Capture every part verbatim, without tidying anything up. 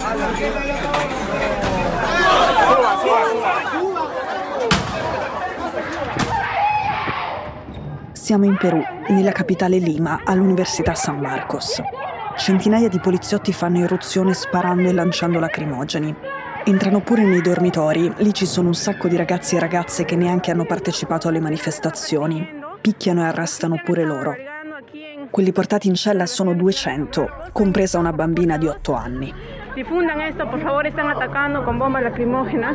Siamo in Perù, nella capitale Lima, all'Università San Marcos. Centinaia di poliziotti fanno irruzione sparando e lanciando lacrimogeni. Entrano pure nei dormitori, lì ci sono un sacco di ragazzi e ragazze che neanche hanno partecipato alle manifestazioni. Picchiano e arrestano pure loro. Quelli portati in cella sono duecento, compresa una bambina di otto anni. Difundan esto, por favor, están atacando con bombas lacrimógenas.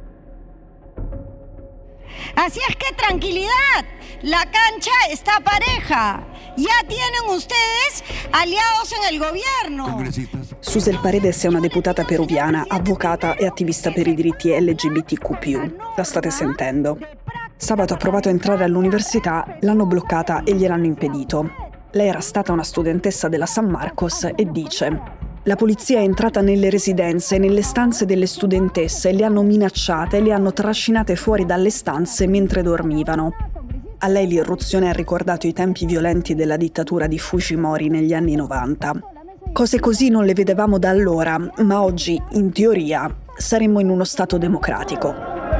Así es que tranquilidad, la cancha está pareja. Ya tienen ustedes aliados en el gobierno. Susel Paredes è una deputata peruviana, avvocata e attivista per i diritti L G B T Q più. La state sentendo. Sabato ha provato a entrare all'università, l'hanno bloccata e gliel'hanno impedito. Lei era stata una studentessa della San Marcos e dice: la polizia è entrata nelle residenze, nelle stanze delle studentesse, le hanno minacciate e le hanno trascinate fuori dalle stanze mentre dormivano. A lei l'irruzione ha ricordato i tempi violenti della dittatura di Fujimori negli anni novanta. Cose così non le vedevamo da allora, ma oggi, in teoria, saremmo in uno stato democratico.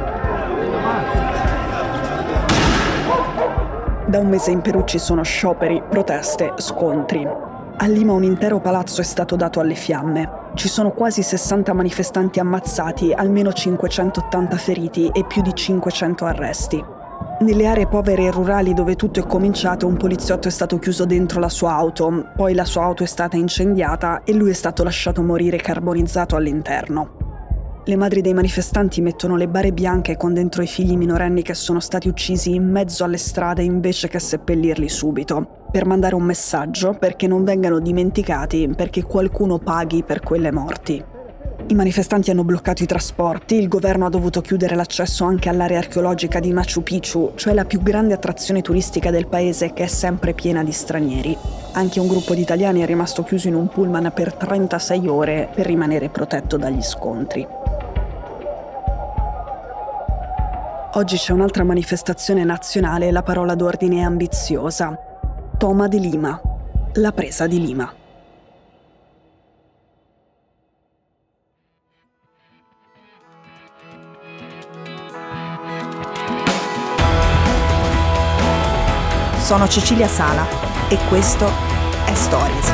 Da un mese in Perù ci sono scioperi, proteste, scontri. A Lima un intero palazzo è stato dato alle fiamme. Ci sono quasi sessanta manifestanti ammazzati, almeno cinquecentottanta feriti e più di cinquecento arresti. Nelle aree povere e rurali dove tutto è cominciato, un poliziotto è stato chiuso dentro la sua auto, poi la sua auto è stata incendiata e lui è stato lasciato morire carbonizzato all'interno. Le madri dei manifestanti mettono le bare bianche con dentro i figli minorenni che sono stati uccisi in mezzo alle strade invece che seppellirli subito, per mandare un messaggio perché non vengano dimenticati, perché qualcuno paghi per quelle morti. I manifestanti hanno bloccato i trasporti, il governo ha dovuto chiudere l'accesso anche all'area archeologica di Machu Picchu, cioè la più grande attrazione turistica del paese che è sempre piena di stranieri. Anche un gruppo di italiani è rimasto chiuso in un pullman per trentasei ore per rimanere protetto dagli scontri. Oggi c'è un'altra manifestazione nazionale e la parola d'ordine è ambiziosa. Toma di Lima. La presa di Lima. Sono Cecilia Sala e questo è Stories.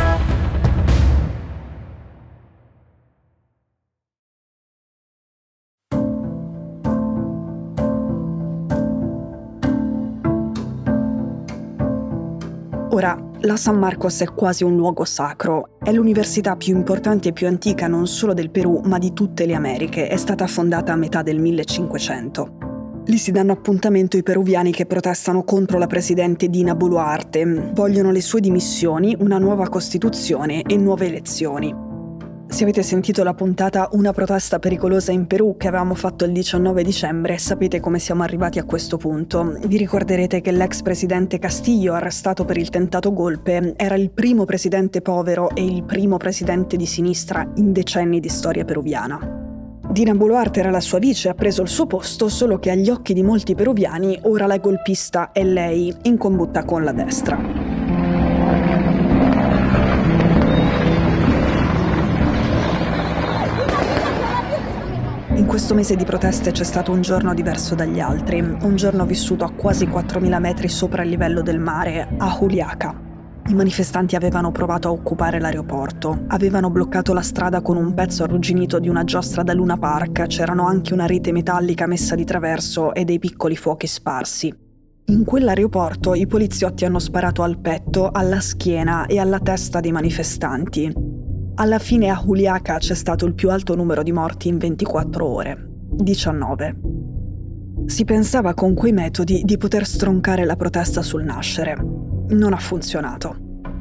Ora, la San Marcos è quasi un luogo sacro. È l'università più importante e più antica non solo del Perù, ma di tutte le Americhe. È stata fondata a metà del millecinquecento. Lì si danno appuntamento i peruviani che protestano contro la presidente Dina Boluarte. Vogliono le sue dimissioni, una nuova costituzione e nuove elezioni. Se avete sentito la puntata Una protesta pericolosa in Perù che avevamo fatto il diciannove dicembre, sapete come siamo arrivati a questo punto. Vi ricorderete che l'ex presidente Castillo, arrestato per il tentato golpe, era il primo presidente povero e il primo presidente di sinistra in decenni di storia peruviana. Dina Boluarte era la sua vice, ha preso il suo posto, solo che agli occhi di molti peruviani ora la golpista è lei, in combutta con la destra. In questo mese di proteste c'è stato un giorno diverso dagli altri, un giorno vissuto a quasi quattromila metri sopra il livello del mare, a Juliaca. I manifestanti avevano provato a occupare l'aeroporto, avevano bloccato la strada con un pezzo arrugginito di una giostra da Luna Park, c'erano anche una rete metallica messa di traverso e dei piccoli fuochi sparsi. In quell'aeroporto i poliziotti hanno sparato al petto, alla schiena e alla testa dei manifestanti. Alla fine a Juliaca c'è stato il più alto numero di morti in ventiquattro ore, diciannove. Si pensava con quei metodi di poter stroncare la protesta sul nascere. Non ha funzionato.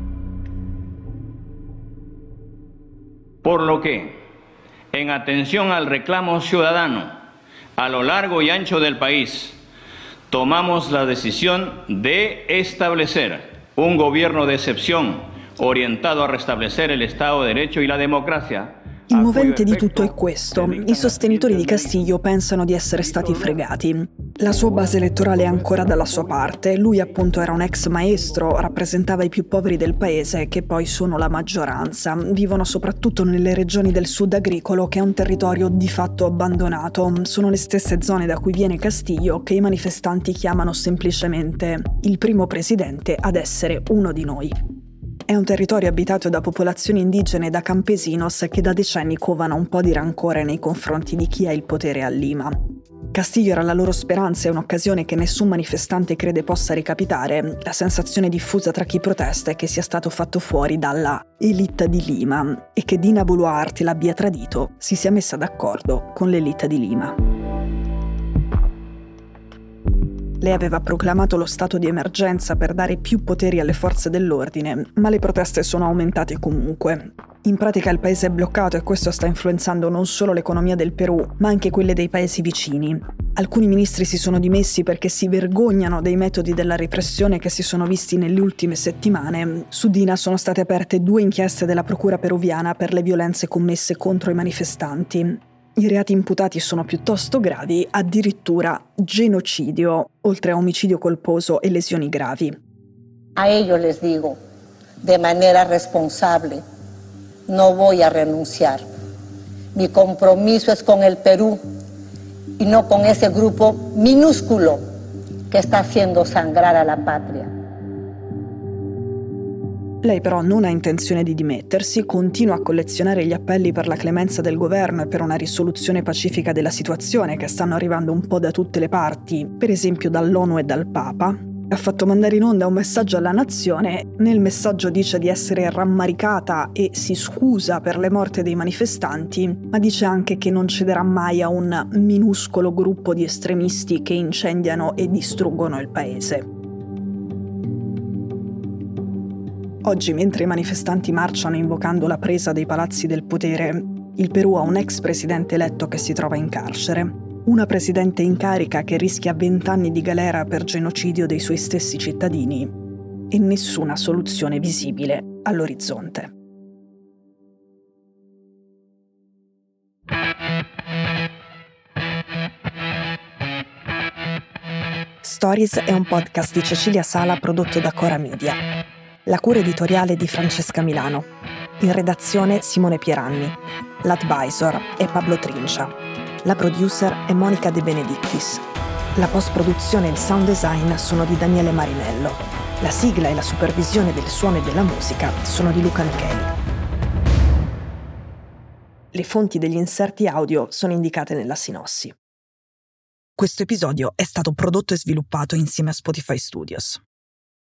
Por lo que, en atención al reclamo ciudadano a lo largo y ancho del país, tomamos la decisión de establecer un gobierno de excepción orientato a restablecer el Estado de Derecho y la democracia. Il movente di tutto è questo. I sostenitori di Castillo pensano di essere stati fregati. La sua base elettorale è ancora dalla sua parte, lui appunto era un ex maestro, rappresentava i più poveri del paese che poi sono la maggioranza, vivono soprattutto nelle regioni del sud agricolo che è un territorio di fatto abbandonato, sono le stesse zone da cui viene Castillo che i manifestanti chiamano semplicemente il primo presidente ad essere uno di noi. È un territorio abitato da popolazioni indigene e da campesinos che da decenni covano un po' di rancore nei confronti di chi ha il potere a Lima. Castillo era la loro speranza e un'occasione che nessun manifestante crede possa ricapitare. La sensazione diffusa tra chi protesta è che sia stato fatto fuori dalla elite di Lima e che Dina Boluarte l'abbia tradito, si sia messa d'accordo con l'elite di Lima. Lei aveva proclamato lo stato di emergenza per dare più poteri alle forze dell'ordine, ma le proteste sono aumentate comunque. In pratica il paese è bloccato e questo sta influenzando non solo l'economia del Perù, ma anche quelle dei paesi vicini. Alcuni ministri si sono dimessi perché si vergognano dei metodi della repressione che si sono visti nelle ultime settimane. Su Dina sono state aperte due inchieste della procura peruviana per le violenze commesse contro i manifestanti. I reati imputati sono piuttosto gravi, addirittura genocidio, oltre a omicidio colposo e lesioni gravi. A ellos les digo, de manera responsable, no voy a renunciar. Mi compromiso es con el Perú y no con ese grupo minúsculo que está haciendo sangrar a la patria. Lei però non ha intenzione di dimettersi, continua a collezionare gli appelli per la clemenza del governo e per una risoluzione pacifica della situazione che stanno arrivando un po' da tutte le parti, per esempio dall'ONU e dal Papa. Ha fatto mandare in onda un messaggio alla nazione, nel messaggio dice di essere rammaricata e si scusa per le morti dei manifestanti, ma dice anche che non cederà mai a un minuscolo gruppo di estremisti che incendiano e distruggono il paese. Oggi, mentre i manifestanti marciano invocando la presa dei palazzi del potere, il Perù ha un ex presidente eletto che si trova in carcere, una presidente in carica che rischia vent'anni di galera per genocidio dei suoi stessi cittadini e nessuna soluzione visibile all'orizzonte. Stories è un podcast di Cecilia Sala prodotto da Cora Media. La cura editoriale di Francesca Milano. In redazione Simone Pieranni. L'advisor è Pablo Trincia. La producer è Monica De Benedictis. La post-produzione e il sound design sono di Daniele Marinello. La sigla e la supervisione del suono e della musica sono di Luca Micheli. Le fonti degli inserti audio sono indicate nella sinossi. Questo episodio è stato prodotto e sviluppato insieme a Spotify Studios.